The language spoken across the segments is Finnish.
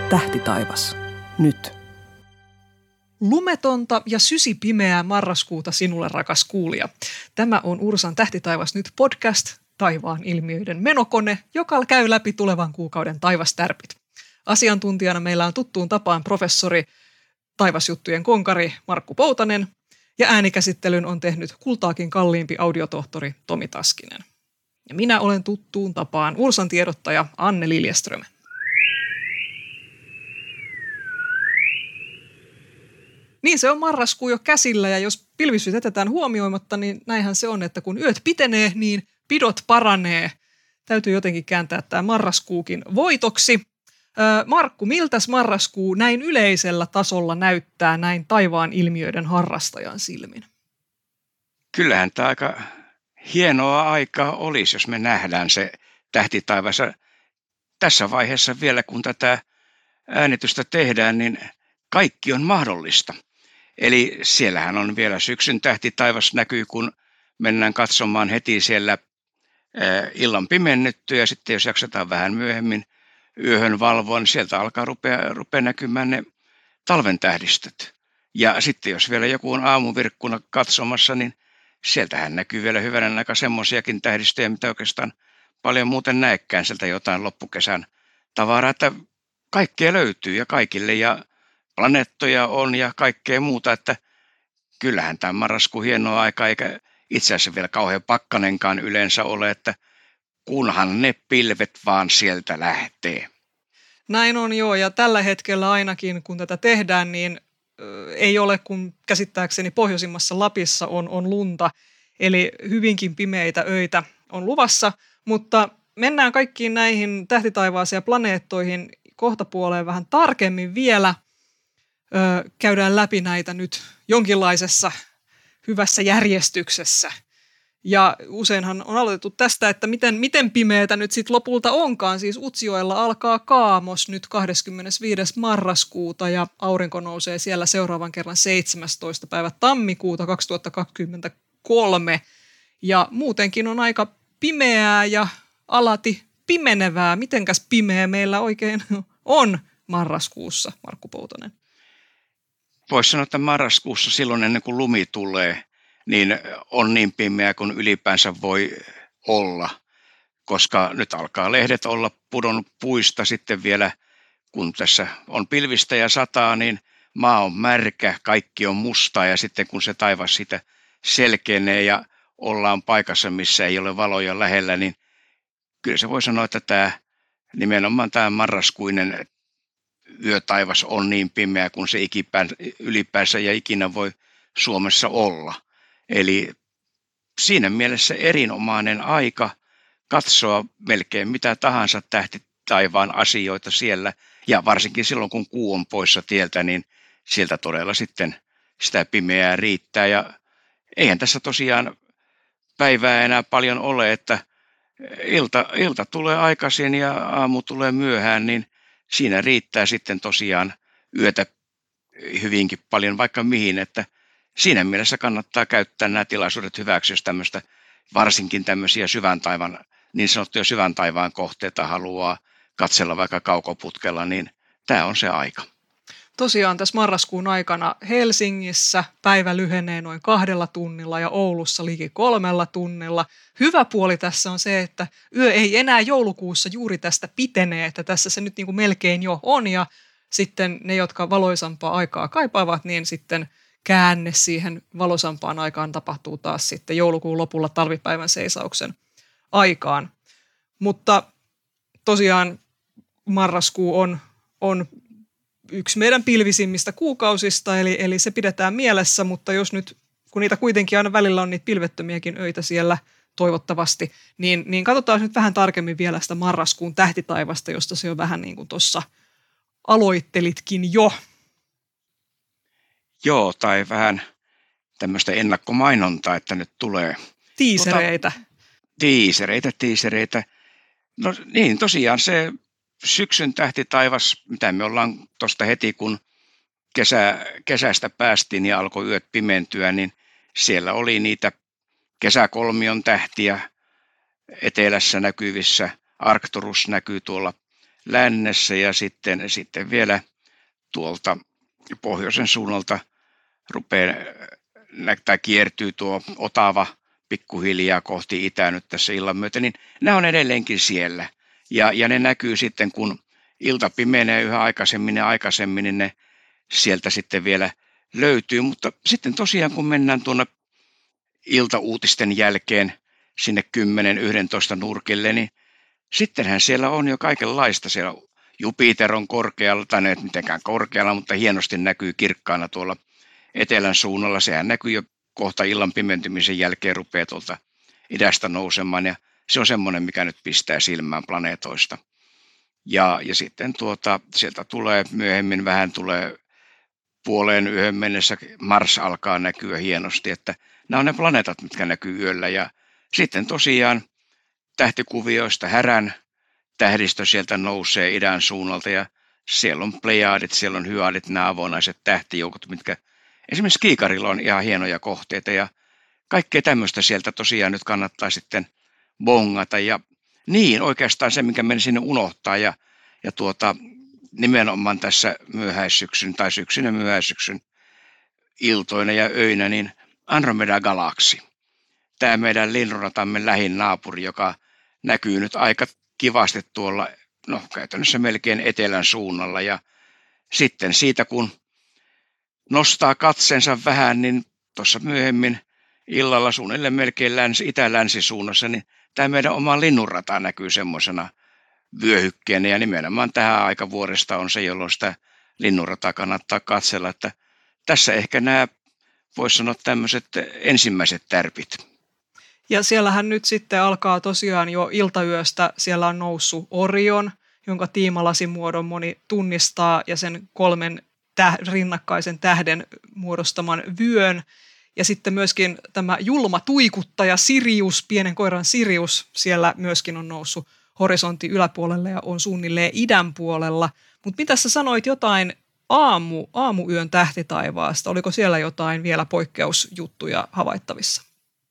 Tähtitaivas. Nyt. Lumetonta ja sysipimeää marraskuuta sinulle, rakas kuulija. Tämä on Ursan Tähtitaivas nyt podcast, taivaan ilmiöiden menokone, joka käy läpi tulevan kuukauden taivastärpit. Asiantuntijana meillä on tuttuun tapaan professori, taivasjuttujen konkari Markku Poutanen ja äänikäsittelyn on tehnyt kultaakin kalliimpi audiotohtori Tomi Taskinen. Ja minä olen tuttuun tapaan Ursan tiedottaja Anne Liljeström. Niin se on marraskuu jo käsillä ja jos pilvisyt jätetään huomioimatta, niin näinhän se on, että kun yöt pitenee, niin pidot paranee. Täytyy jotenkin kääntää tämä marraskuukin voitoksi. Markku, miltäs marraskuu näin yleisellä tasolla näyttää näin taivaan ilmiöiden harrastajan silmin? Kyllähän tämä aika hienoa aikaa olisi, jos me nähdään se tähtitaivas. Tässä vaiheessa vielä, kun tätä äänitystä tehdään, niin kaikki on mahdollista. Eli siellähän on vielä syksyn tähtitaivas näkyy, kun mennään katsomaan heti siellä illan pimennyttyä ja sitten jos jaksetaan vähän myöhemmin yöhön valvoa, niin sieltä alkaa rupea näkymään ne talven tähdistöt. Ja sitten jos vielä joku on aamuvirkkuna katsomassa, niin sieltähän näkyy vielä hyvänä aika semmoisiakin tähdistöjä, mitä oikeastaan paljon muuten näekään sieltä jotain loppukesän tavaraa, että kaikkea löytyy ja kaikille ja planeettoja on ja kaikkea muuta, että kyllähän tämä marraskuun hienoa aika, eikä itse asiassa vielä kauhean pakkanenkaan yleensä ole, että kunhan ne pilvet vaan sieltä lähtee. Näin on joo, ja tällä hetkellä ainakin kun tätä tehdään, niin ei ole kun käsittääkseni pohjoisimmassa Lapissa on lunta, eli hyvinkin pimeitä öitä on luvassa, mutta mennään kaikkiin näihin tähtitaivaaseen ja planeettoihin kohtapuoleen vähän tarkemmin vielä. Käydään läpi näitä nyt jonkinlaisessa hyvässä järjestyksessä. Ja useinhan on aloitettu tästä, että miten pimeätä nyt sitten lopulta onkaan. Siis Utsjoella alkaa Kaamos nyt 25. marraskuuta ja aurinko nousee siellä seuraavan kerran 17. päivä tammikuuta 2023. Ja muutenkin on aika pimeää ja alati pimenevää. Mitenkäs pimeä meillä oikein on marraskuussa, Markku Poutanen? Voisi sanoa, että marraskuussa silloin ennen kuin lumi tulee, niin on niin pimeä kuin ylipäänsä voi olla, koska nyt alkaa lehdet olla pudonnut puista sitten vielä, kun tässä on pilvistä ja sataa, niin maa on märkä, kaikki on mustaa ja sitten kun se taivas siitä selkenee ja ollaan paikassa, missä ei ole valoja lähellä, niin kyllä se voi sanoa, että nimenomaan tämä marraskuinen yötaivas on niin pimeä kuin se ylipäänsä ja ikinä voi Suomessa olla. Eli siinä mielessä erinomainen aika katsoa melkein mitä tahansa tähtitaivaan asioita siellä. Ja varsinkin silloin, kun kuu on poissa tieltä, niin sieltä todella sitten sitä pimeää riittää. Ja eihän tässä tosiaan päivää enää paljon ole, että ilta tulee aikaisin ja aamu tulee myöhään, niin siinä riittää sitten tosiaan yötä hyvinkin paljon vaikka mihin, että siinä mielessä kannattaa käyttää nämä tilaisuudet hyväksi, jos varsinkin tämmöisiä niin sanottuja syvän taivaan kohteita haluaa katsella vaikka kaukoputkella, niin tämä on se aika. Tosiaan tässä marraskuun aikana Helsingissä päivä lyhenee noin 2 tunnilla ja Oulussa liki 3 tunnilla. Hyvä puoli tässä on se, että yö ei enää joulukuussa juuri tästä pitene, että tässä se nyt niin kuin melkein jo on ja sitten ne, jotka valoisampaa aikaa kaipaavat, niin sitten käänne siihen valoisampaan aikaan tapahtuu taas sitten joulukuun lopulla talvipäivän seisauksen aikaan. Mutta tosiaan marraskuu on yksi meidän pilvisimmistä kuukausista, eli se pidetään mielessä, mutta jos nyt, kun niitä kuitenkin aina välillä on niitä pilvettömiäkin öitä siellä toivottavasti, niin katsotaan nyt vähän tarkemmin vielä sitä marraskuun tähtitaivasta, josta se on vähän niin kuin tuossa aloittelitkin jo. Joo, tai vähän tämmöistä ennakkomainontaa, että nyt tulee. Tiisereitä. Tiisereitä. No niin, tosiaan se syksyn tähtitaivas, mitä me ollaan tuosta heti, kun kesästä päästiin ja alkoi yöt pimentyä, niin siellä oli niitä kesäkolmion tähtiä etelässä näkyvissä. Arcturus näkyy tuolla lännessä ja sitten vielä tuolta pohjoisen suunnalta kiertyy tuo Otava pikkuhiljaa kohti itää nyt tässä illan myötä, niin nämä on edelleenkin siellä. Ja ne näkyy sitten, kun ilta pimenee yhä aikaisemmin, niin ne sieltä sitten vielä löytyy. Mutta sitten tosiaan, kun mennään tuonne iltauutisten jälkeen sinne 10-11 nurkille, niin sittenhän siellä on jo kaikenlaista. Siellä Jupiter on korkealla, tai ei mitenkään korkealla, mutta hienosti näkyy kirkkaana tuolla etelän suunnalla. Sehän näkyy jo kohta illan pimentymisen jälkeen, rupeaa tuolta idästä nousemaan, ja se on semmoinen, mikä nyt pistää silmään planeetoista. Ja sitten sieltä tulee myöhemmin, vähän tulee puoleen yön mennessä, Mars alkaa näkyä hienosti, että nämä on ne planeetat, mitkä näkyy yöllä. Ja sitten tosiaan tähtikuvioista Härän tähdistö sieltä nousee idän suunnalta, ja siellä on Plejaadit, siellä on Hyadit, nämä avonaiset tähtijoukot, mitkä esimerkiksi Kiikarilla on ihan hienoja kohteita, ja kaikkea tämmöistä sieltä tosiaan nyt kannattaa sitten bongata. Ja niin, oikeastaan se, minkä meni sinne unohtaa, ja nimenomaan tässä myöhäissyksyn tai syksyn ja myöhäissyksyn iltoina ja öinä, niin Andromeda-galaksi. Tämä meidän linnunratamme lähin naapuri, joka näkyy nyt aika kivasti tuolla, no käytännössä melkein etelän suunnalla. Ja sitten siitä, kun nostaa katseensa vähän, niin tuossa myöhemmin illalla suunnilleen melkein itä-länsisuunnassa, niin tämä meidän oma linnunrata näkyy semmoisena vyöhykkeenä, ja nimenomaan tähän aikavuodesta on se, jolloin sitä linnunrataa kannattaa katsella, että tässä ehkä nämä, voisi sanoa, tämmöiset ensimmäiset tärpit. Ja siellähän nyt sitten alkaa tosiaan jo iltayöstä, siellä on noussut Orion, jonka tiimalasimuodon moni tunnistaa, ja sen 3 rinnakkaisen tähden muodostaman vyön. Ja sitten myöskin tämä julma tuikuttaja Sirius, pienen koiran Sirius, siellä myöskin on noussut horisontin yläpuolelle ja on suunnilleen idän puolella. Mutta mitä sä sanoit jotain aamuyön tähtitaivaasta? Oliko siellä jotain vielä poikkeusjuttuja havaittavissa?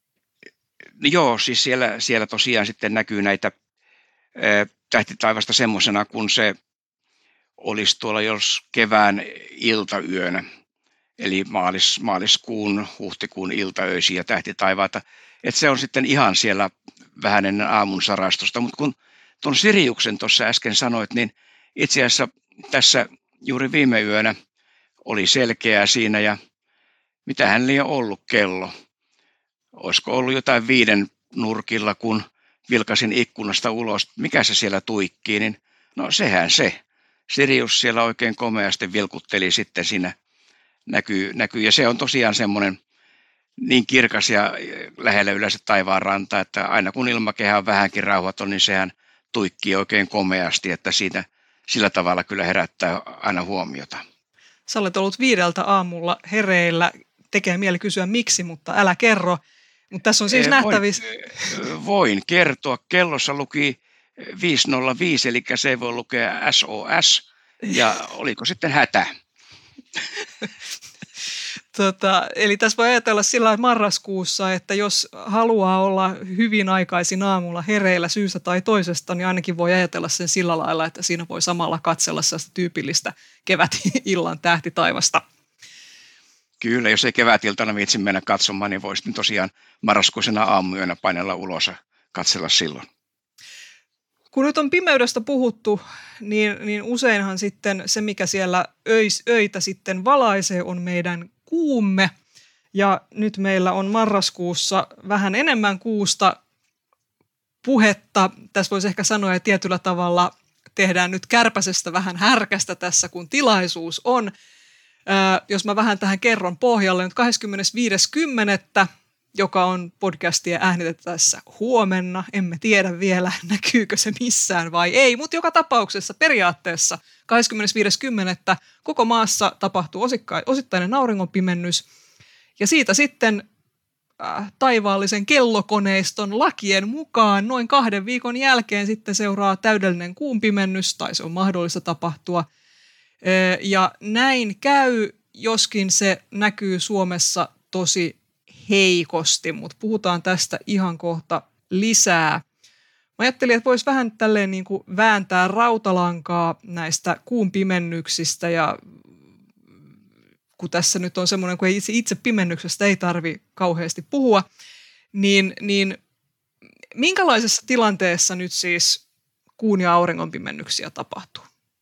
Joo, siis siellä tosiaan sitten näkyy näitä tähtitaivasta semmoisena, kun se olisi tuolla jos kevään iltayönä, eli maaliskuun, huhtikuun iltaöisiä tähtitaivaita. Että se on sitten ihan siellä vähän ennen aamun sarastusta, mutta kun tuon Siriuksen tuossa äsken sanoit, niin itse asiassa tässä juuri viime yönä oli selkeää siinä, ja mitähän liian ollut kello. Olisiko ollut jotain 5 nurkilla, kun vilkasin ikkunasta ulos, mikä se siellä tuikkii, niin no sehän se. Sirius siellä oikein komeasti vilkutteli sitten siinä näkyy, ja se on tosiaan semmoinen niin kirkas ja lähellä yleensä taivaan ranta, että aina kun ilmakehä on vähänkin rauhaton, niin sehän tuikkii oikein komeasti, että siitä sillä tavalla kyllä herättää aina huomiota. Sä olet ollut 5 aamulla hereillä, tekee mieli kysyä miksi, mutta älä kerro. Mutta tässä on siis nähtävissä. Voin kertoa. Kellossa luki 505, eli se voi lukea SOS, ja oliko sitten hätä? Eli tässä voi ajatella sillä marraskuussa, että jos haluaa olla hyvin aikaisin aamulla hereillä syystä tai toisesta, niin ainakin voi ajatella sen sillä lailla, että siinä voi samalla katsella sellaista tyypillistä kevätillan tähtitaivasta. Kyllä, jos ei kevätiltana viitsi mennä katsomaan, niin voi sitten tosiaan marraskuisena aamuyönä painella ulos ja katsella silloin. Kun nyt on pimeydestä puhuttu, niin useinhan sitten se, mikä siellä öitä sitten valaisee, on meidän kuumme. Ja nyt meillä on marraskuussa vähän enemmän kuusta puhetta. Tässä voisi ehkä sanoa, että tietyllä tavalla tehdään nyt kärpäsestä vähän härkästä tässä, kun tilaisuus on. Jos mä vähän tähän kerron pohjalle, nyt 25.10., joka on podcastia äänitettäessä huomenna. Emme tiedä vielä, näkyykö se missään vai ei, mutta joka tapauksessa periaatteessa 25.10. koko maassa tapahtuu osittainen auringonpimennys. Ja siitä sitten taivaallisen kellokoneiston lakien mukaan noin 2 viikon jälkeen sitten seuraa täydellinen kuunpimennys, tai se on mahdollista tapahtua. Ja näin käy, joskin se näkyy Suomessa tosi heikosti, mutta puhutaan tästä ihan kohta lisää. Mä ajattelin, että voisi vähän tälleen niin kuin vääntää rautalankaa näistä kuun pimennyksistä ja kun tässä nyt on semmoinen, kun itse pimennyksestä ei tarvi kauheasti puhua, niin minkälaisessa tilanteessa nyt siis kuun ja auringon pimennyksiä tapahtuu?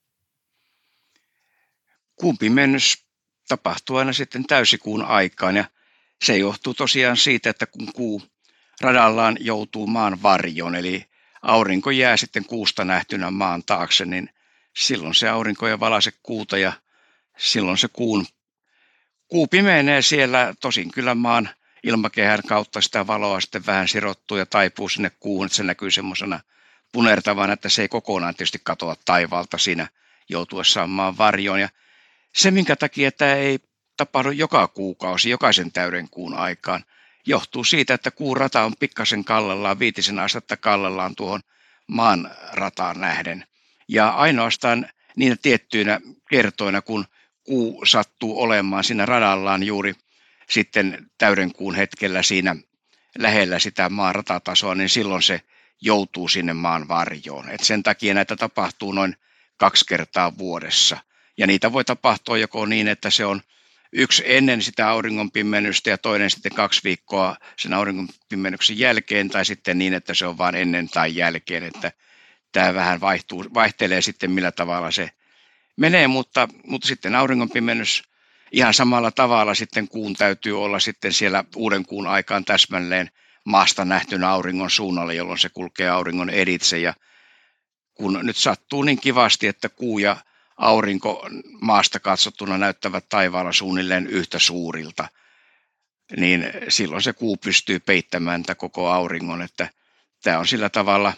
Kuun pimennys tapahtuu aina sitten täysikuun aikaan ja se johtuu tosiaan siitä, että kun kuu radallaan joutuu maan varjoon, eli aurinko jää sitten kuusta nähtynä maan taakse, niin silloin se aurinko ei valaise kuuta ja silloin se kuu pimenee siellä, tosin kyllä maan ilmakehän kautta sitä valoa sitten vähän sirottuu ja taipuu sinne kuuhun, että se näkyy semmoisena punertavana, että se ei kokonaan tietysti katoa taivaalta siinä joutuessaan maan varjoon. Ja se, minkä takia tämä ei tapahdu joka kuukausi, jokaisen täyden kuun aikaan, johtuu siitä, että kuun rata on pikkasen kallellaan, 5 astetta kallellaan tuohon maan rataan nähden. Ja ainoastaan niinä tiettyinä kertoina, kun kuu sattuu olemaan siinä radallaan juuri sitten täyden kuun hetkellä siinä lähellä sitä maan ratatasoa, niin silloin se joutuu sinne maan varjoon. Et sen takia näitä tapahtuu noin 2 kertaa vuodessa. Ja niitä voi tapahtua joko niin, että se on yksi ennen sitä auringonpimennystä ja toinen sitten 2 viikkoa sen auringonpimennyksen jälkeen, tai sitten niin, että se on vain ennen tai jälkeen, että tämä vähän vaihtelee sitten millä tavalla se menee, mutta sitten auringonpimennys ihan samalla tavalla sitten kuun täytyy olla sitten siellä uuden kuun aikaan täsmälleen maasta nähtynä auringon suunnalle, jolloin se kulkee auringon editse. Ja kun nyt sattuu niin kivasti, että kuu ja aurinko maasta katsottuna näyttävät taivaalla suunnilleen yhtä suurilta, niin silloin se kuu pystyy peittämään koko auringon, että tämä on sillä tavalla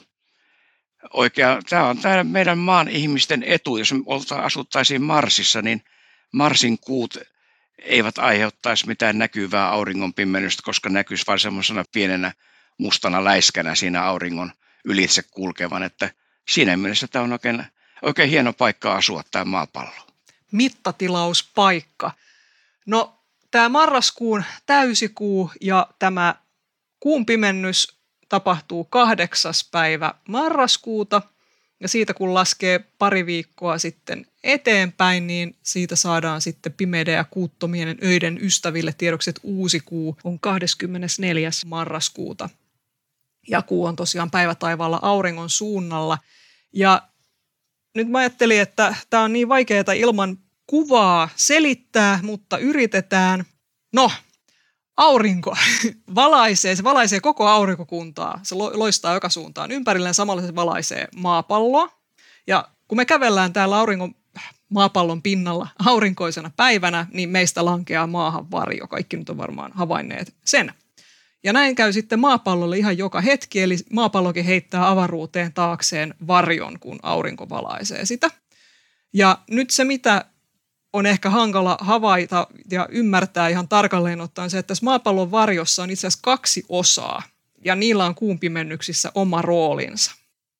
tämä on tämä meidän maan ihmisten etu. Jos me asuttaisiin Marsissa, niin Marsin kuut eivät aiheuttaisi mitään näkyvää auringonpimennystä, koska näkyisi vain semmoisena pienenä mustana läiskänä siinä auringon ylitse kulkevan. Että siinä mielessä tämä on oikein hieno paikka asua, tämä maapallo. Mittatilauspaikka. No, tämä marraskuun täysikuu ja tämä kuun pimennys tapahtuu 8. päivä marraskuuta ja siitä kun laskee pari viikkoa sitten eteenpäin, niin siitä saadaan sitten pimeiden ja kuuttomien öiden ystäville tiedoksi, että uusi kuu on 24. marraskuuta. Ja kuu on tosiaan päivätaivaalla auringon suunnalla. Ja nyt mä ajattelin, että tämä on niin vaikeaa ilman kuvaa selittää, mutta yritetään. No, aurinko se valaisee koko aurinkokuntaa, se loistaa joka suuntaan. Ympärilleen samalla se valaisee maapalloa. Ja kun me kävellään täällä maapallon pinnalla aurinkoisena päivänä, niin meistä lankeaa maahan varjo. Kaikki nyt on varmaan havainneet sen. Ja näin käy sitten maapallolle ihan joka hetki, eli maapallokin heittää avaruuteen taakseen varjon, kun aurinko valaisee sitä. Ja nyt se, mitä on ehkä hankala havaita ja ymmärtää ihan tarkalleen ottaen se, että tässä maapallon varjossa on itse asiassa 2 osaa, ja niillä on kuun pimennyksissä oma roolinsa.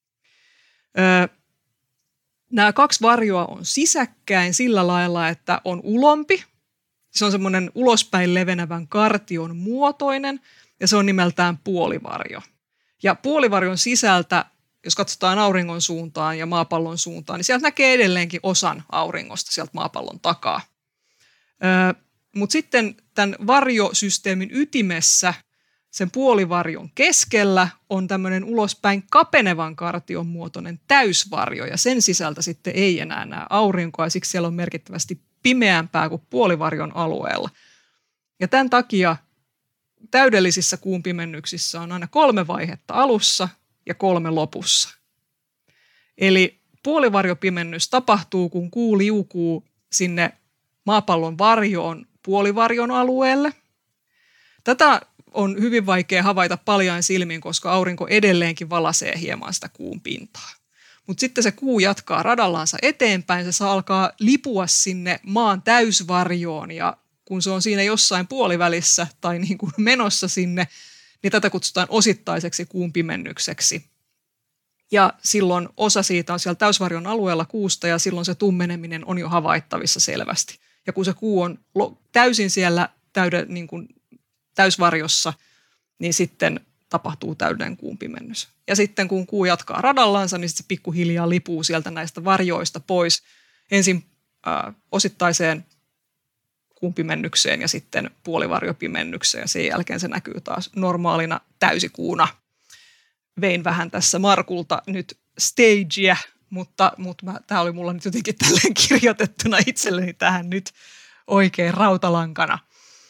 Nämä 2 varjoa on sisäkkäin sillä lailla, että on ulompi. Se on semmoinen ulospäin levenevän kartion muotoinen, ja se on nimeltään puolivarjo. Ja puolivarjon sisältä, jos katsotaan auringon suuntaan ja maapallon suuntaan, niin sieltä näkee edelleenkin osan auringosta sieltä maapallon takaa. Mutta sitten tämän varjosysteemin ytimessä, sen puolivarjon keskellä, on tämmöinen ulospäin kapenevan kartion muotoinen täysvarjo, ja sen sisältä sitten ei enää näe aurinkoa, ja siksi siellä on merkittävästi pimeämpää kuin puolivarjon alueella. Ja tämän takia täydellisissä kuun pimennyksissä on aina 3 vaihetta alussa ja 3 lopussa. Eli puolivarjopimennys tapahtuu, kun kuu liukuu sinne maapallon varjoon puolivarjon alueelle. Tätä on hyvin vaikea havaita paljain silmin, koska aurinko edelleenkin valaisee hieman sitä kuun pintaa. Mutta sitten se kuu jatkaa radallansa eteenpäin, se alkaa lipua sinne maan täysvarjoon, ja kun se on siinä jossain puolivälissä tai niin kuin menossa sinne, niin tätä kutsutaan osittaiseksi kuun pimennykseksi. Ja silloin osa siitä on siellä täysvarjon alueella kuusta, ja silloin se tummeneminen on jo havaittavissa selvästi. Ja kun se kuu on täysin siellä niin kuin täysvarjossa, niin sitten tapahtuu täydellinen kuun pimennys. Ja sitten kun kuu jatkaa radallansa, niin sitten se pikkuhiljaa lipuu sieltä näistä varjoista pois ensin osittaiseen kuun pimennykseen ja sitten puolivarjopimennykseen. Ja sen jälkeen se näkyy taas normaalina täysikuuna. Vein vähän tässä Markulta nyt stagea, mutta tämä oli mulla nyt jotenkin tälleen kirjoitettuna itselleni tähän nyt oikein rautalankana.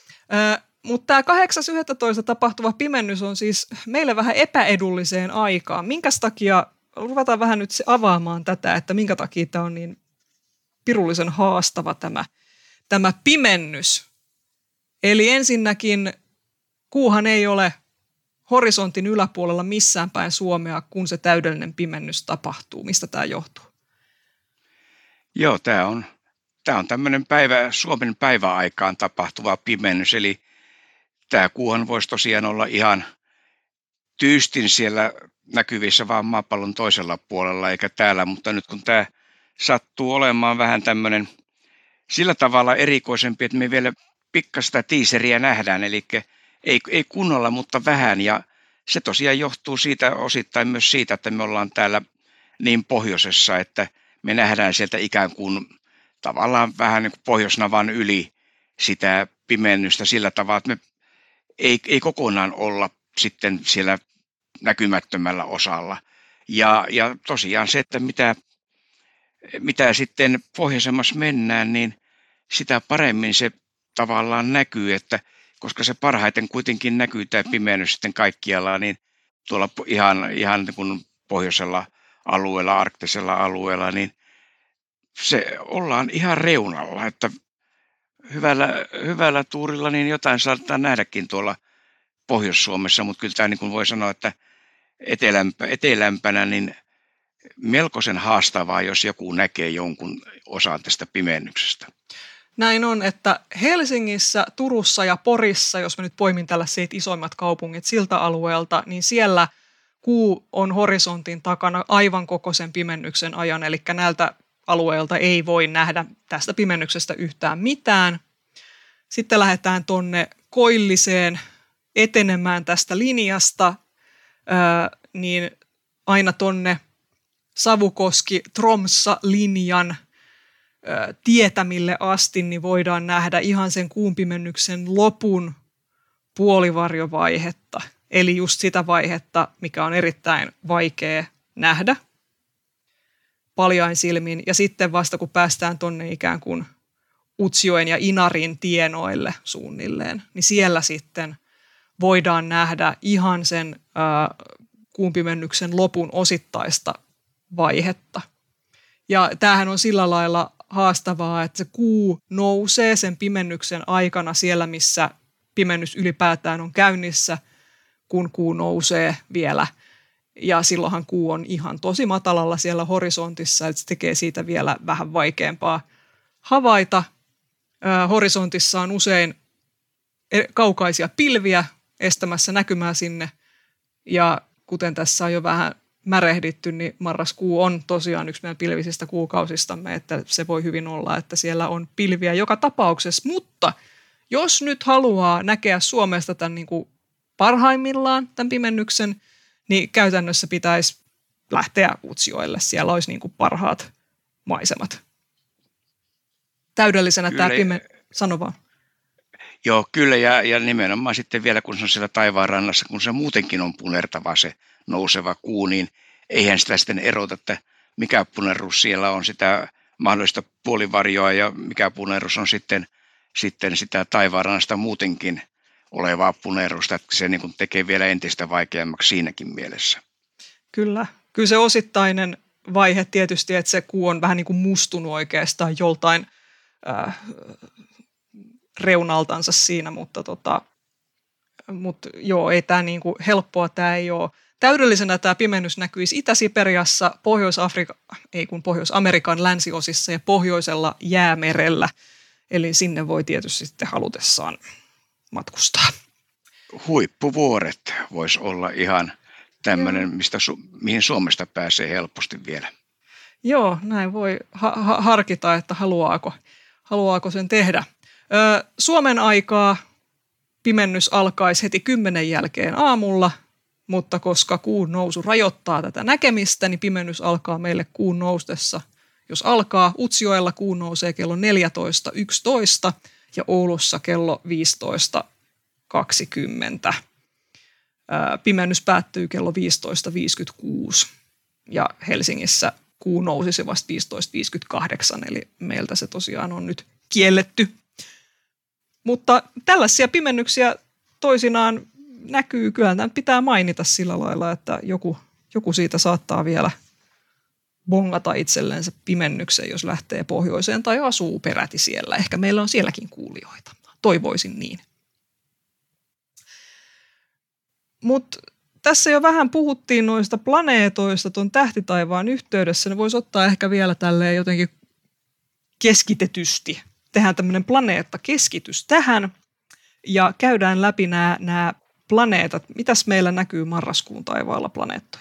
Mutta tämä 8.11. tapahtuva pimennys on siis meille vähän epäedulliseen aikaan. Minkäs takia, ruvetaan vähän nyt avaamaan tätä, että minkä takia tämä on niin pirullisen haastava tämä pimennys. Eli ensinnäkin kuuhan ei ole horisontin yläpuolella missään päin Suomea, kun se täydellinen pimennys tapahtuu. Mistä tämä johtuu? Joo, tämä on tämmöinen Suomen päiväaikaan tapahtuva pimennys, eli tämä kuuhan voisi tosiaan olla ihan tyystin siellä näkyvissä vaan maapallon toisella puolella eikä täällä, mutta nyt kun tämä sattuu olemaan vähän tämmöinen sillä tavalla erikoisempi, että me vielä pikkasta tiiseriä nähdään, eli ei kunnolla, mutta vähän, ja se tosiaan johtuu siitä osittain myös siitä, että me ollaan täällä niin pohjoisessa, että me nähdään sieltä ikään kuin tavallaan vähän niin kuin pohjoisnavan yli sitä pimennystä sillä tavalla, että me ei kokonaan olla sitten siellä näkymättömällä osalla. Ja tosiaan se, että mitä sitten pohjoisemmassa mennään, niin sitä paremmin se tavallaan näkyy, että koska se parhaiten kuitenkin näkyy tämä pimennys sitten kaikkialla, niin tuolla ihan niin kuin pohjoisella alueella, arktisella alueella, niin se ollaan ihan reunalla, että hyvällä tuurilla niin jotain saattaa nähdäkin tuolla Pohjois-Suomessa, mutta kyllä tämä niin kuin voi sanoa, että etelämpänä niin melkoisen haastavaa, jos joku näkee jonkun osan tästä pimennyksestä. Näin on, että Helsingissä, Turussa ja Porissa, jos mä nyt poimin tällaiset isoimmat kaupungit siltä alueelta, niin siellä kuu on horisontin takana aivan koko sen pimennyksen ajan, eli näiltä alueelta ei voi nähdä tästä pimennyksestä yhtään mitään. Sitten lähdetään tonne koilliseen etenemään tästä linjasta, niin aina tonne Savukoski-Tromssa-linjan tietämille asti, niin voidaan nähdä ihan sen kuun pimennyksen lopun puolivarjovaihetta. Eli just sitä vaihetta, mikä on erittäin vaikea nähdä paljain silmin. Ja sitten vasta kun päästään tonne ikään kuin Utsjoen ja Inarin tienoille suunnilleen, niin siellä sitten voidaan nähdä ihan sen kuun pimennyksen lopun osittaista vaihetta. Ja tämähän on sillä lailla haastavaa, että se kuu nousee sen pimennyksen aikana siellä, missä pimennys ylipäätään on käynnissä, kun kuu nousee vielä. Ja silloinhan kuu on ihan tosi matalalla siellä horisontissa, että se tekee siitä vielä vähän vaikeampaa havaita. Horisontissa on usein kaukaisia pilviä estämässä näkymää sinne. Ja kuten tässä on jo vähän märehditty, niin marraskuu on tosiaan yksi meidän pilvisistä kuukausista,mme, että se voi hyvin olla, että siellä on pilviä joka tapauksessa. Mutta jos nyt haluaa näkeä Suomesta tämän niin kuin parhaimmillaan tämän pimennyksen, niin käytännössä pitäisi lähteä Utsjoelle. Siellä olisi niin kuin parhaat maisemat. Täydellisenä tämä sano vaan. Joo, kyllä, ja nimenomaan sitten vielä, kun se on siellä taivaanrannassa, kun se muutenkin on punertava se nouseva kuu, niin eihän sitä sitten erota, että mikä punerrus siellä on sitä mahdollista puolivarjoa ja mikä punerrus on sitten sitä taivaanrannasta muutenkin olevaa punerrusta, että se niin kuin tekee vielä entistä vaikeammaksi siinäkin mielessä. Kyllä se osittainen vaihe tietysti, että se kuu on vähän niin kuin mustunut oikeastaan joltain reunaltansa siinä, mutta joo, ei tämä niin kuin helppoa, tämä ei ole. Täydellisenä tämä pimennys näkyisi Itä-Siperiassa, Pohjois-Amerikan länsiosissa ja pohjoisella jäämerellä. Eli sinne voi tietysti sitten halutessaan matkustaa. Huippuvuoret voisi olla ihan tämmöinen, mihin Suomesta pääsee helposti vielä. Joo, näin voi harkita, että haluaako sen tehdä. Suomen aikaa pimennys alkaisi heti 10 jälkeen aamulla mutta koska kuun nousu rajoittaa tätä näkemistä, niin pimennys alkaa meille kuun noustessa. Jos alkaa, Utsjoella kuu nousee kello 14.11 ja Oulussa kello 15.20. Pimennys päättyy kello 15.56 ja Helsingissä kuu nousisi vasta 15.58, eli meiltä se tosiaan on nyt kielletty. Mutta tällaisia pimennyksiä toisinaan näkyy, kyllä tämän pitää mainita sillä lailla, että joku siitä saattaa vielä bongata itsellensä pimennyksen, jos lähtee pohjoiseen tai asuu peräti siellä. Ehkä meillä on sielläkin kuulijoita. Toivoisin niin. Mutta tässä jo vähän puhuttiin noista planeetoista tuon tähtitaivaan yhteydessä. Ne voisi ottaa ehkä vielä tälleen jotenkin keskitetysti. Tehdään tämmöinen planeettakeskitys tähän ja käydään läpi nämä planeetat. Mitäs meillä näkyy marraskuun taivaalla planeettoja?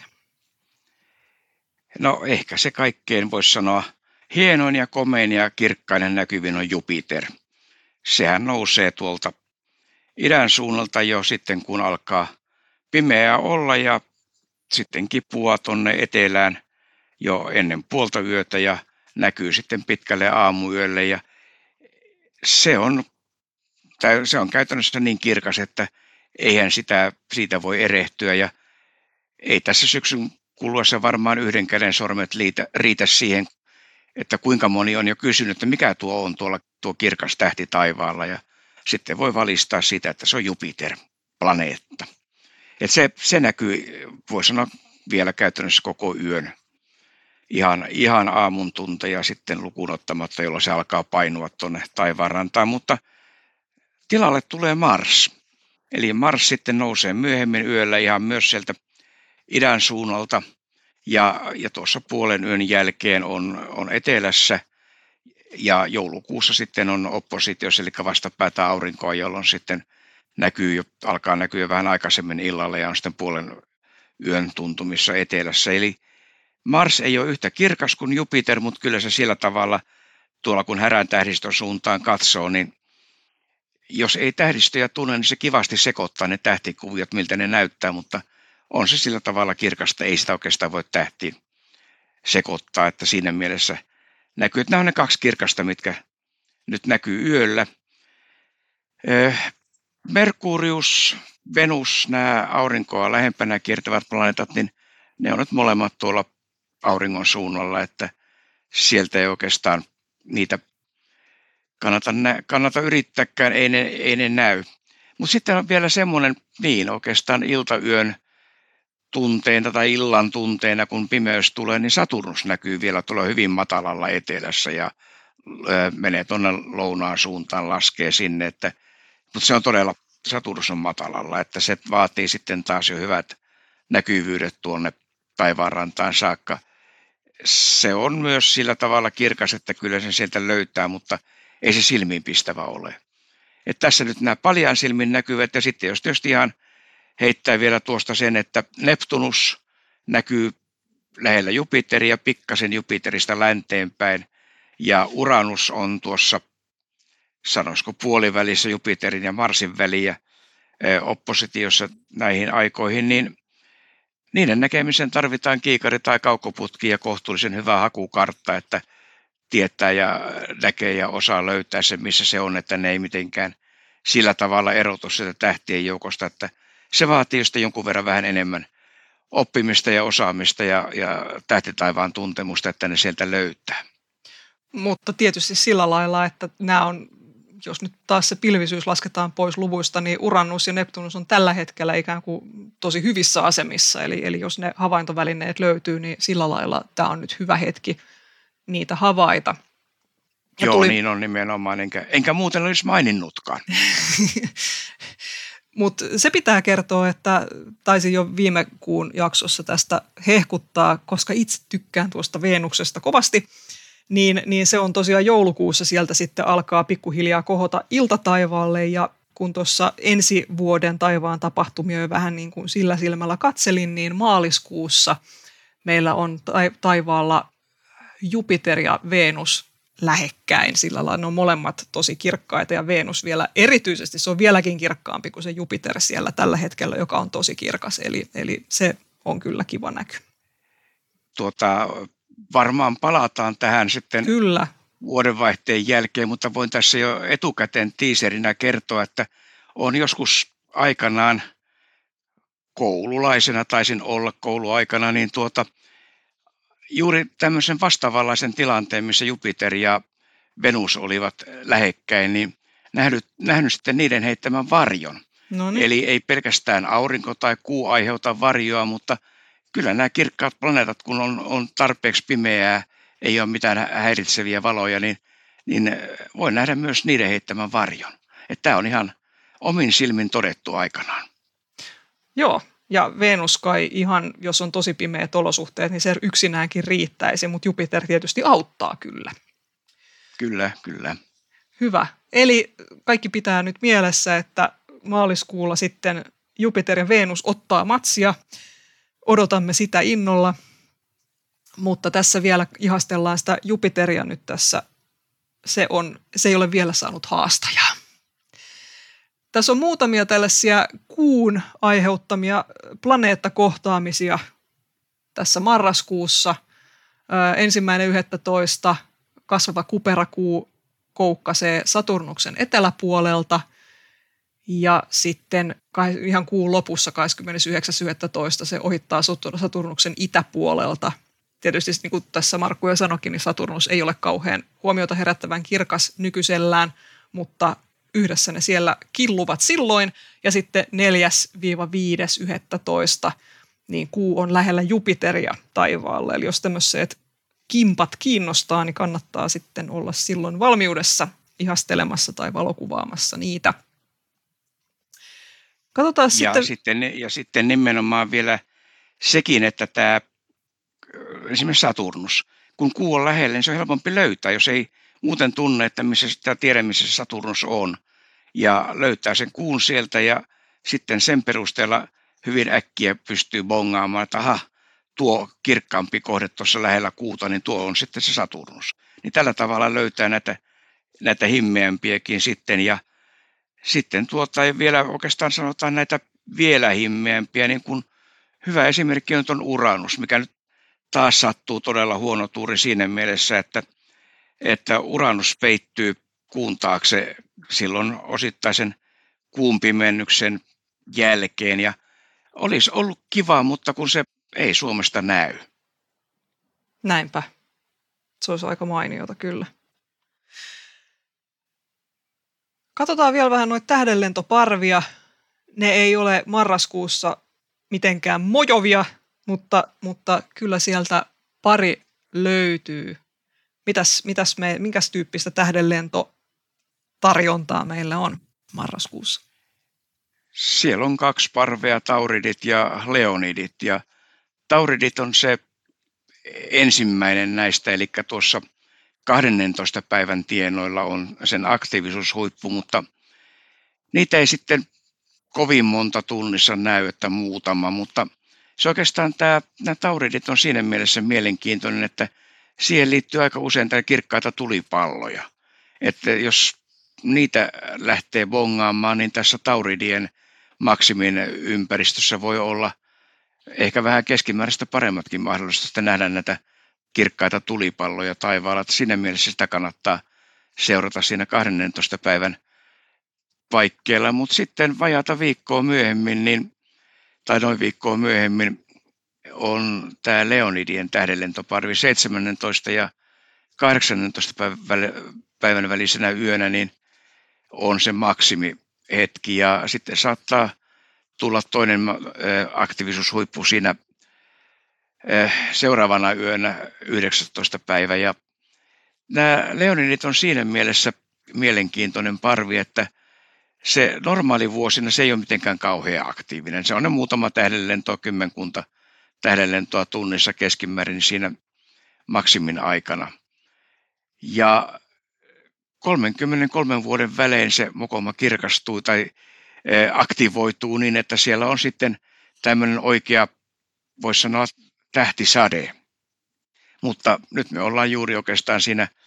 No ehkä se kaikkein voisi sanoa hienoin ja komein ja kirkkainen näkyvin on Jupiter. Sehän nousee tuolta idän suunnalta jo sitten kun alkaa pimeää olla ja sitten kipuaa tuonne etelään jo ennen puolta yötä ja näkyy sitten pitkälle aamuyölle ja se on käytännössä niin kirkas, että eihän siitä voi erehtyä ja ei tässä syksyn kuluessa varmaan yhden käden sormet riitä siihen, että kuinka moni on jo kysynyt, että mikä tuo on tuo kirkas tähti taivaalla ja sitten voi valistaa sitä, että se on Jupiter, planeetta. Et se näkyy, voi sanoa vielä käytännössä koko yön, ihan aamun tunteja sitten lukuun ottamatta, jolloin se alkaa painua tuonne taivaanrantaan, mutta tilalle tulee Mars. Eli Mars sitten nousee myöhemmin yöllä ihan myös sieltä idän suunnalta ja tuossa puolen yön jälkeen on etelässä ja joulukuussa sitten on oppositiossa eli vastapäätä aurinkoa, jolloin sitten alkaa näkyä vähän aikaisemmin illalla ja on sitten puolen yön tuntumissa etelässä. Eli Mars ei ole yhtä kirkas kuin Jupiter, mutta kyllä se sillä tavalla tuolla kun Härän tähdistön suuntaan katsoo, niin jos ei tähdistöjä tunne, niin se kivasti sekoittaa ne tähtikuviot, miltä ne näyttää, mutta on se sillä tavalla kirkasta, ei sitä oikeastaan voi tähtiin sekoittaa, että siinä mielessä näkyy, että nämä on ne kaksi kirkasta, mitkä nyt näkyy yöllä. Merkurius, Venus, nämä aurinkoa lähempänä kiertävät planeetat, niin ne on nyt molemmat tuolla auringon suunnalla, että sieltä ei oikeastaan niitä kannata yrittääkään, ei ne näy. Mutta sitten on vielä semmoinen, oikeastaan iltayön tunteena tai illan tunteena, kun pimeys tulee, niin Saturnus näkyy vielä tuolla hyvin matalalla etelässä ja menee tuonne lounaan suuntaan, laskee sinne, mutta se on todella, Saturnus on matalalla, että se vaatii sitten taas jo hyvät näkyvyydet tuonne taivaanrantaan saakka. Se on myös sillä tavalla kirkas, että kyllä sen sieltä löytää, mutta ei se silmiinpistävä ole. Että tässä nyt nämä paljaan silmin näkyvät ja sitten jos tietysti ihan heittää vielä tuosta sen, että Neptunus näkyy lähellä Jupiteria, pikkasen Jupiterista länteenpäin ja Uranus on tuossa, sanoisiko puolivälissä Jupiterin ja Marsin väliä oppositiossa näihin aikoihin, niin niiden näkemisen tarvitaan kiikari tai kaukoputki ja kohtuullisen hyvä hakukartta, että tietää ja näkee ja osaa löytää se, missä se on, että ne ei mitenkään sillä tavalla erotu sitä tähtien joukosta, että se vaatii sitten jonkun verran vähän enemmän oppimista ja osaamista ja tähtitaivaan tuntemusta, että ne sieltä löytää. Mutta tietysti sillä lailla, että nämä on, jos nyt taas se pilvisyys lasketaan pois luvuista, niin Uranus ja Neptunus on tällä hetkellä ikään kuin tosi hyvissä asemissa. Eli jos ne havaintovälineet löytyy, niin sillä lailla tämä on nyt hyvä hetki niitä havaita. Joo, niin on nimenomaan, enkä muuten olisi maininnutkaan. Mutta se pitää kertoa, että taisin jo viime kuun jaksossa tästä hehkuttaa, koska itse tykkään tuosta Venuksesta kovasti, niin se on tosiaan joulukuussa sieltä sitten alkaa pikkuhiljaa kohota iltataivaalle ja kun tuossa ensi vuoden taivaan tapahtumia jo vähän niin kuin sillä silmällä katselin, niin maaliskuussa meillä on taivaalla Jupiter ja Venus lähekkäin. Sillä lailla ne on molemmat tosi kirkkaita ja Venus vielä erityisesti, se on vieläkin kirkkaampi kuin se Jupiter siellä tällä hetkellä, joka on tosi kirkas. Eli se on kyllä kiva näky. Varmaan palataan tähän sitten Kyllä. vuodenvaihteen jälkeen, mutta voin tässä jo etukäteen tiiserinä kertoa, että olen joskus aikanaan koululaisena, taisin olla kouluaikana, niin juuri tämmöisen vastaavanlaisen tilanteen, missä Jupiter ja Venus olivat lähekkäin, niin nähnyt sitten niiden heittämän varjon. Noniin. Eli ei pelkästään aurinko tai kuu aiheuta varjoa, mutta kyllä nämä kirkkaat planeetat, kun on tarpeeksi pimeää, ei ole mitään häiritseviä valoja, niin voi nähdä myös niiden heittämän varjon. Tämä on ihan omin silmin todettu aikanaan. Joo, ja Venus kai ihan, jos on tosi pimeät olosuhteet, niin se yksinäänkin riittäisi, mutta Jupiter tietysti auttaa kyllä. Kyllä. Hyvä. Eli kaikki pitää nyt mielessä, että maaliskuulla sitten Jupiter ja Venus ottaa matsia. Odotamme sitä innolla, mutta tässä vielä ihastellaan sitä Jupiteria nyt tässä. Se ei ole vielä saanut haastajaa. Tässä on muutamia tällaisia kuun aiheuttamia planeettakohtaamisia tässä marraskuussa. 1.11. kasvava kuperakuu koukkasee Saturnuksen eteläpuolelta ja sitten ihan kuun lopussa 29.11. se ohittaa Saturnuksen itäpuolelta. Tietysti niin kuin tässä Markku jo sanoikin, niin Saturnus ei ole kauhean huomiota herättävän kirkas nykyisellään, mutta yhdessä ne siellä killuvat silloin ja sitten 4.–5.11. niin kuu on lähellä Jupiteria taivaalla. Eli jos tämmöiset kimpat kiinnostaa, niin kannattaa sitten olla silloin valmiudessa ihastelemassa tai valokuvaamassa niitä. Katsotaan ja sitten nimenomaan vielä sekin, että tämä esimerkiksi Saturnus, kun kuu on lähellä, niin se on helpompi löytää, jos ei muuten tunne, että tiedä, missä se Saturnus on. Ja löytää sen kuun sieltä ja sitten sen perusteella hyvin äkkiä pystyy bongaamaan, että aha, tuo kirkkaampi kohde tuossa lähellä kuuta, niin tuo on sitten se Saturnus. Niin tällä tavalla löytää näitä himmeämpiäkin sitten ja sitten vielä oikeastaan sanotaan näitä vielä himmeämpiä, niin kuin hyvä esimerkki on tuon Uranus, mikä nyt taas sattuu todella huono tuuri siinä mielessä, että Uranus peittyy kuun taakse silloin osittaisen kuun pimennyksen jälkeen ja olisi ollut kiva, mutta kun se ei Suomesta näy. Näinpä. Se olisi aika mainiota kyllä. Katsotaan vielä vähän noita tähdenlentoparvia. Ne ei ole marraskuussa mitenkään mojovia, mutta kyllä sieltä pari löytyy. Minkäs tyyppistä tähdenlentotarjontaa meillä on marraskuussa? Siellä on 2 parvea, Tauridit ja Leonidit. Ja Tauridit on se ensimmäinen näistä, eli tuossa 12 päivän tienoilla on sen aktiivisuushuippu, mutta niitä ei sitten kovin monta tunnissa näy, että muutama, mutta se oikeastaan nämä Tauridit on siinä mielessä mielenkiintoinen, että siihen liittyy aika usein kirkkaita tulipalloja. Että jos niitä lähtee bongaamaan, niin tässä Tauridien maksimin ympäristössä voi olla ehkä vähän keskimääräistä paremmatkin mahdollisuudet nähdä näitä kirkkaita tulipalloja taivaalla. Että siinä mielessä sitä kannattaa seurata siinä 12 päivän paikkeilla, mutta sitten vajaata viikkoa myöhemmin, tai noin viikkoa myöhemmin, on tämä Leonidien tähdenlentoparvi 17 ja 18 päivän välisenä yönä, niin on se maksimihetki ja sitten saattaa tulla toinen aktiivisuushuippu siinä seuraavana yönä 19 päivä. Ja nämä Leonidit on siinä mielessä mielenkiintoinen parvi, että se normaalivuosina se ei ole mitenkään kauhean aktiivinen. Se on ne muutama tähdenlentoa, 10 tähdenlentoa tunnissa keskimäärin siinä maksimin aikana. Ja 33 vuoden välein se mokoma kirkastuu tai aktivoituu niin, että siellä on sitten tämmöinen oikea, voisi sanoa, tähtisade. Mutta nyt me ollaan juuri oikeastaan siinä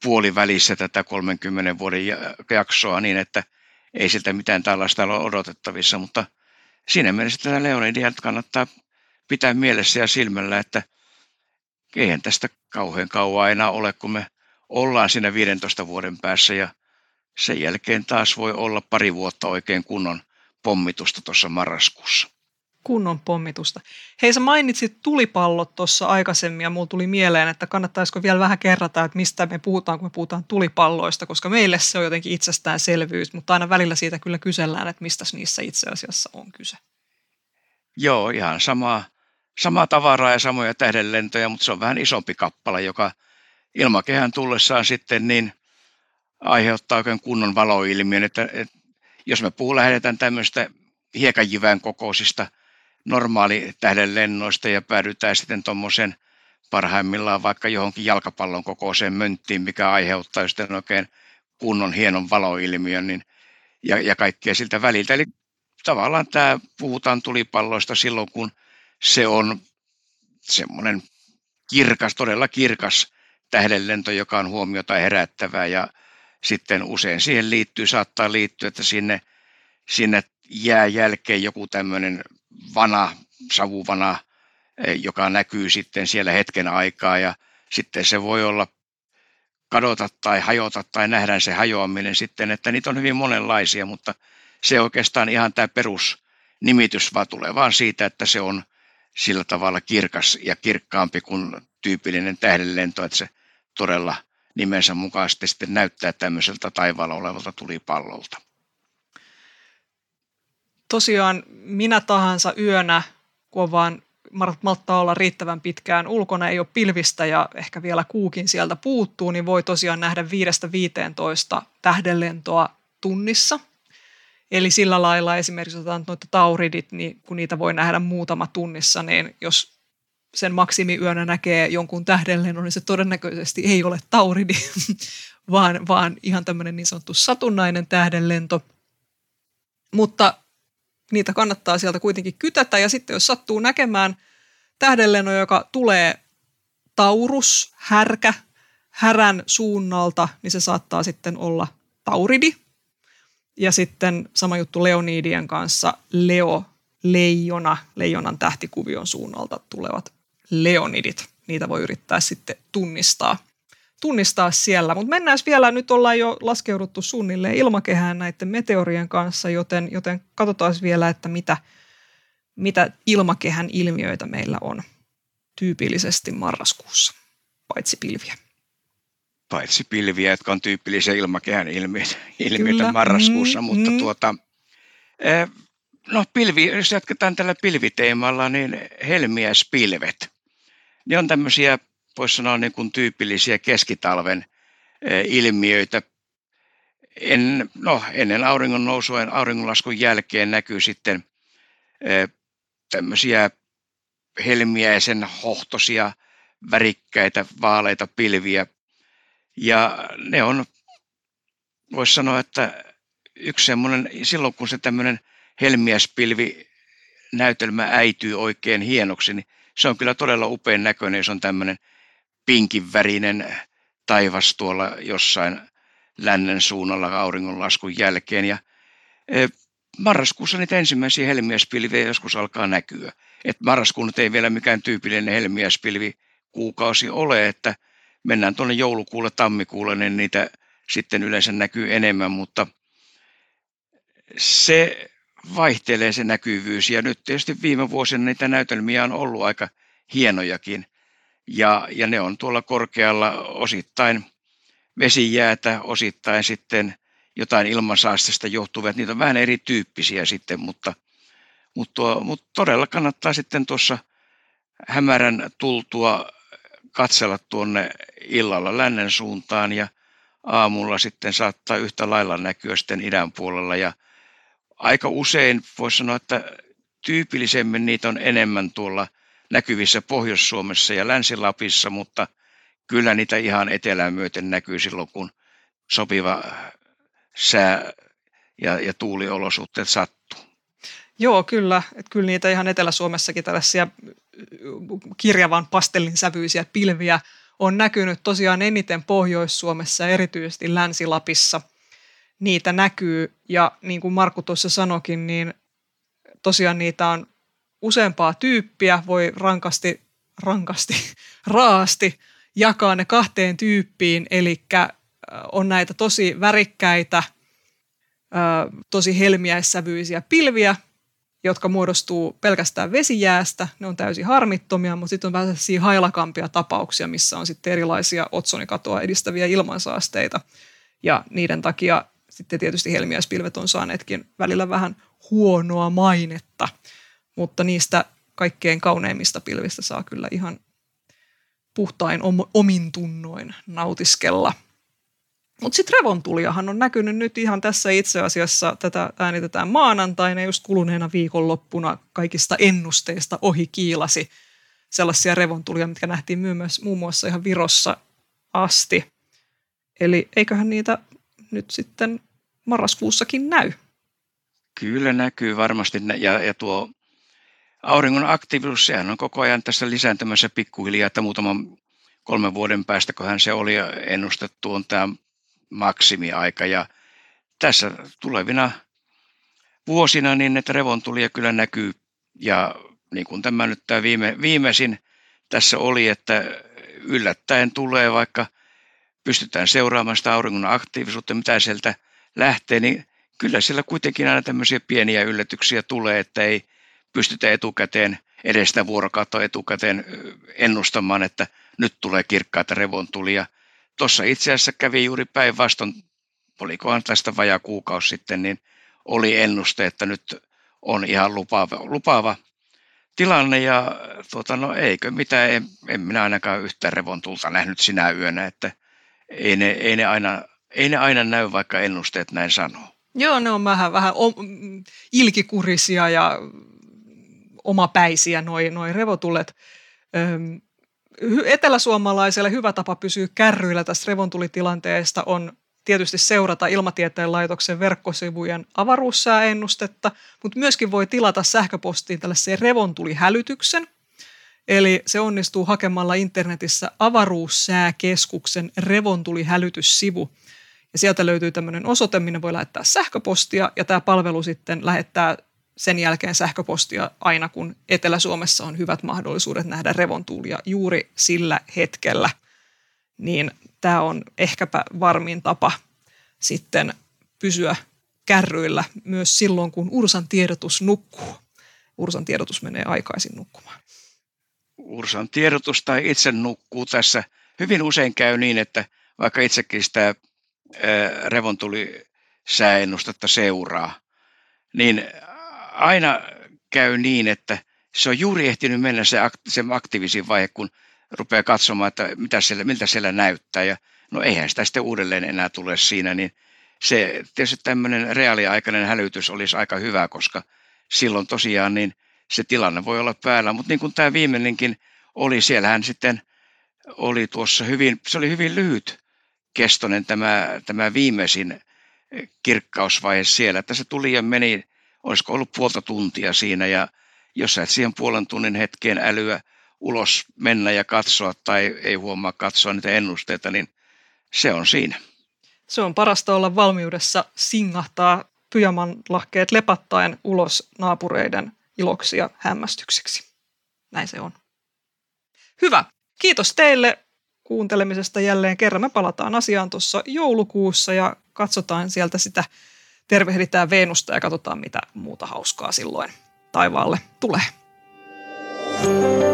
puolivälissä tätä 30 vuoden jaksoa niin, että ei siltä mitään tällaista ole odotettavissa, mutta siinä mielessä tätä Leonidia kannattaa pitää mielessä ja silmällä, että eihän tästä kauhean kauan enää ole, kun me ollaan siinä 15 vuoden päässä ja sen jälkeen taas voi olla pari vuotta oikein kunnon pommitusta tuossa marraskuussa. Kunnon pommitusta. Hei, sä mainitsit tulipallot tuossa aikaisemmin ja mulla tuli mieleen, että kannattaisiko vielä vähän kerrata, että mistä me puhutaan, kun me puhutaan tulipalloista, koska meille se on jotenkin itsestäänselvyys, mutta aina välillä siitä kyllä kysellään, että mistä niissä itse asiassa on kyse. Joo, ihan samaa tavaraa ja samoja tähdenlentoja, mutta se on vähän isompi kappale, joka ilmakehän tullessaan sitten niin aiheuttaa oikein kunnon valoilmiön, että jos me lähdetään tämmöistä hiekanjyvän kokoisista normaali tähdenlennoista ja päädytään sitten tuommoisen parhaimmillaan vaikka johonkin jalkapallon kokoiseen mönttiin, mikä aiheuttaa sitten oikein kunnon hienon valoilmiön niin, ja kaikkea siltä väliltä. Eli tavallaan tämä puhutaan tulipalloista silloin, kun se on semmoinen kirkas, todella kirkas tähdenlento, joka on huomiota herättävää ja sitten usein siihen saattaa liittyä, että sinne jää jälkeen joku tämmöinen savuvana, joka näkyy sitten siellä hetken aikaa ja sitten se voi olla kadota tai hajota tai nähdään se hajoaminen sitten, että niitä on hyvin monenlaisia, mutta se oikeastaan ihan tämä perusnimitys vaan tulee vaan siitä, että se on sillä tavalla kirkas ja kirkkaampi kuin tyypillinen tähdenlento, että se todella nimensä mukaisesti sitten näyttää tämmöiseltä taivaalla olevalta tulipallolta. Tosiaan minä tahansa yönä, kun vaan malttaa olla riittävän pitkään ulkona, ei ole pilvistä ja ehkä vielä kuukin sieltä puuttuu, niin voi tosiaan nähdä 5-15 tähdenlentoa tunnissa. Eli sillä lailla esimerkiksi otetaan noita tauridit, niin kun niitä voi nähdä muutama tunnissa, niin jos sen maksimiyönä näkee jonkun tähdenlennon, niin se todennäköisesti ei ole tauridi, vaan ihan tämmöinen niin sanottu satunnainen tähdenlento. Mutta niitä kannattaa sieltä kuitenkin kytätä ja sitten jos sattuu näkemään tähdenlennon, joka tulee härän suunnalta, niin se saattaa sitten olla tauridi. Ja sitten sama juttu Leonidien kanssa, leijonan tähtikuvion suunnalta tulevat leonidit. Niitä voi yrittää sitten tunnistaa siellä. Mutta mennään vielä, nyt ollaan jo laskeuduttu suunnilleen ilmakehään näiden meteorien kanssa, joten katsotaan vielä, että mitä ilmakehän ilmiöitä meillä on tyypillisesti marraskuussa, paitsi pilviä. Paitsi pilviä, jotka on tyypillisiä ilmakehän ilmiöitä marraskuussa, mutta jos jatketaan tällä pilviteemalla, niin helmiäispilvet. Ne on tämmöisiä, voisi sanoa niin kuin tyypillisiä keskitalven ilmiöitä. Ennen auringon nousua ja auringonlaskun jälkeen näkyy sitten tämmöisiä helmiäisen hohtoisia, värikkäitä, vaaleita pilviä. Ja ne on, voisi sanoa, että yksi semmoinen, silloin kun se tämmöinen helmiäispilvi näytelmä äityy oikein hienoksi, niin se on kyllä todella upean näköinen, jos on tämmöinen pinkinvärinen taivas tuolla jossain lännen suunnalla auringonlaskun jälkeen. Ja marraskuussa niitä ensimmäisiä helmiäispilviä joskus alkaa näkyä. Et marraskuun ei vielä mikään tyypillinen helmiäispilvi kuukausi ole, että mennään tuonne joulukuulle, tammikuulle, niin niitä sitten yleensä näkyy enemmän, mutta se vaihtelee se näkyvyys. Ja nyt tietysti viime vuosina niitä näytelmiä on ollut aika hienojakin. Ja ne on tuolla korkealla osittain vesijäätä, osittain sitten jotain ilmansaasteesta johtuvia. Niitä on vähän erityyppisiä sitten, mutta todella kannattaa sitten tuossa hämärän tultua katsella tuonne illalla lännen suuntaan ja aamulla sitten saattaa yhtä lailla näkyä sitten idän puolella. Ja aika usein voisi sanoa, että tyypillisemmin niitä on enemmän tuolla näkyvissä Pohjois-Suomessa ja Länsi-Lapissa, mutta kyllä niitä ihan etelään myöten näkyy silloin, kun sopiva sää ja tuuliolosuhteet sattuu. Joo, kyllä. Että kyllä niitä ihan Etelä-Suomessakin tällaisia kirjavan pastellin sävyisiä pilviä on näkynyt tosiaan eniten Pohjois-Suomessa ja erityisesti Länsi-Lapissa. Niitä näkyy ja niin kuin Markku tuossa sanoikin, niin tosiaan niitä on useampaa tyyppiä, voi raasti jakaa ne 2 tyyppiin, eli on näitä tosi värikkäitä, tosi helmiäissävyisiä pilviä, jotka muodostuu pelkästään vesijäästä. Ne on täysin harmittomia, mutta sitten on vähän sellaisia hailakampia tapauksia, missä on sitten erilaisia otsonikatoa edistäviä ilmansaasteita. Ja niiden takia sitten tietysti helmiäispilvet on saaneetkin välillä vähän huonoa mainetta, mutta niistä kaikkein kauneimmista pilvistä saa kyllä ihan puhtain omin tunnoin nautiskella. Mutta sitten revontuliahan on näkynyt nyt ihan tässä itse asiassa, tätä äänitetään maanantaina, just kuluneena viikonloppuna kaikista ennusteista ohi kiilasi sellaisia revontulia, mitkä nähtiin myös muun muassa ihan Virossa asti. Eli eiköhän niitä nyt sitten marraskuussakin näy. Kyllä näkyy varmasti, ja tuo auringon aktiivisuus, sehän on koko ajan tässä lisääntymässä pikkuhiljaa, että muutaman 3 vuoden päästä, kun se oli ennustettu, on tämä maksimiaika. Ja tässä tulevina vuosina niin että revontulia kyllä näkyy. Ja niin kuin tämä nyt tämä viimeisin tässä oli, että yllättäen tulee, vaikka pystytään seuraamaan sitä auringon aktiivisuutta, mitä sieltä lähtee, niin kyllä siellä kuitenkin aina tämmöisiä pieniä yllätyksiä tulee, että ei pystytä etukäteen, edes sitä vuorokautta etukäteen ennustamaan, että nyt tulee kirkkaita revontulia. Tuossa itse asiassa kävi juuri päinvastoin, olikohan tästä vajaa kuukausi sitten, niin oli ennuste, että nyt on ihan lupaava tilanne ja eikö mitään, en minä ainakaan yhtään revontulta nähnyt sinä yönä, että ei ne aina näy, vaikka ennusteet näin sanoo. Joo, ne on vähän ilkikurisia ja omapäisiä noi revotulet. Eteläsuomalaiselle hyvä tapa pysyä kärryillä tästä revontulitilanteesta on tietysti seurata Ilmatieteen laitoksen verkkosivujen avaruussääennustetta, mutta myöskin voi tilata sähköpostiin tällaisen revontulihälytyksen. Eli se onnistuu hakemalla internetissä avaruussääkeskuksen revontulihälytyssivu. Ja sieltä löytyy tämmöinen osoite, minne voi lähettää sähköpostia, ja tämä palvelu sitten lähettää sen jälkeen sähköpostia aina, kun Etelä-Suomessa on hyvät mahdollisuudet nähdä revontulia juuri sillä hetkellä. Niin tämä on ehkäpä varmin tapa sitten pysyä kärryillä myös silloin, kun Ursan tiedotus nukkuu. Ursan tiedotus menee aikaisin nukkumaan. Ursan tiedotus tai itse nukkuu tässä. Hyvin usein käy niin, että vaikka itsekin sitä revontulisääennustetta seuraa, niin aina käy niin, että se on juuri ehtinyt mennä se aktiivisin vaihe, kun rupeaa katsomaan, että miltä siellä näyttää. Ja no eihän sitä sitten uudelleen enää tule siinä, niin se tietysti tämmöinen reaaliaikainen hälytys olisi aika hyvä, koska silloin tosiaan niin se tilanne voi olla päällä. Mutta niin kuin tämä viimeinenkin oli, siellähän sitten oli tuossa se oli hyvin lyhytkestoinen tämä viimeisin kirkkausvaihe siellä, että se tuli ja meni, olisiko ollut 0,5 tuntia siinä, ja jos sä et siihen 0,5 tunnin hetkeen älyä ulos mennä ja katsoa tai ei huomaa katsoa niitä ennusteita, niin se on siinä. Se on parasta olla valmiudessa singahtaa pyjamanlahkeet lepattaen ulos naapureiden iloksi ja hämmästykseksi. Näin se on. Hyvä. Kiitos teille kuuntelemisesta jälleen kerran. Me palataan asiaan tuossa joulukuussa ja katsotaan sieltä sitä, tervehditään Venusta ja katsotaan mitä muuta hauskaa silloin taivaalle tulee.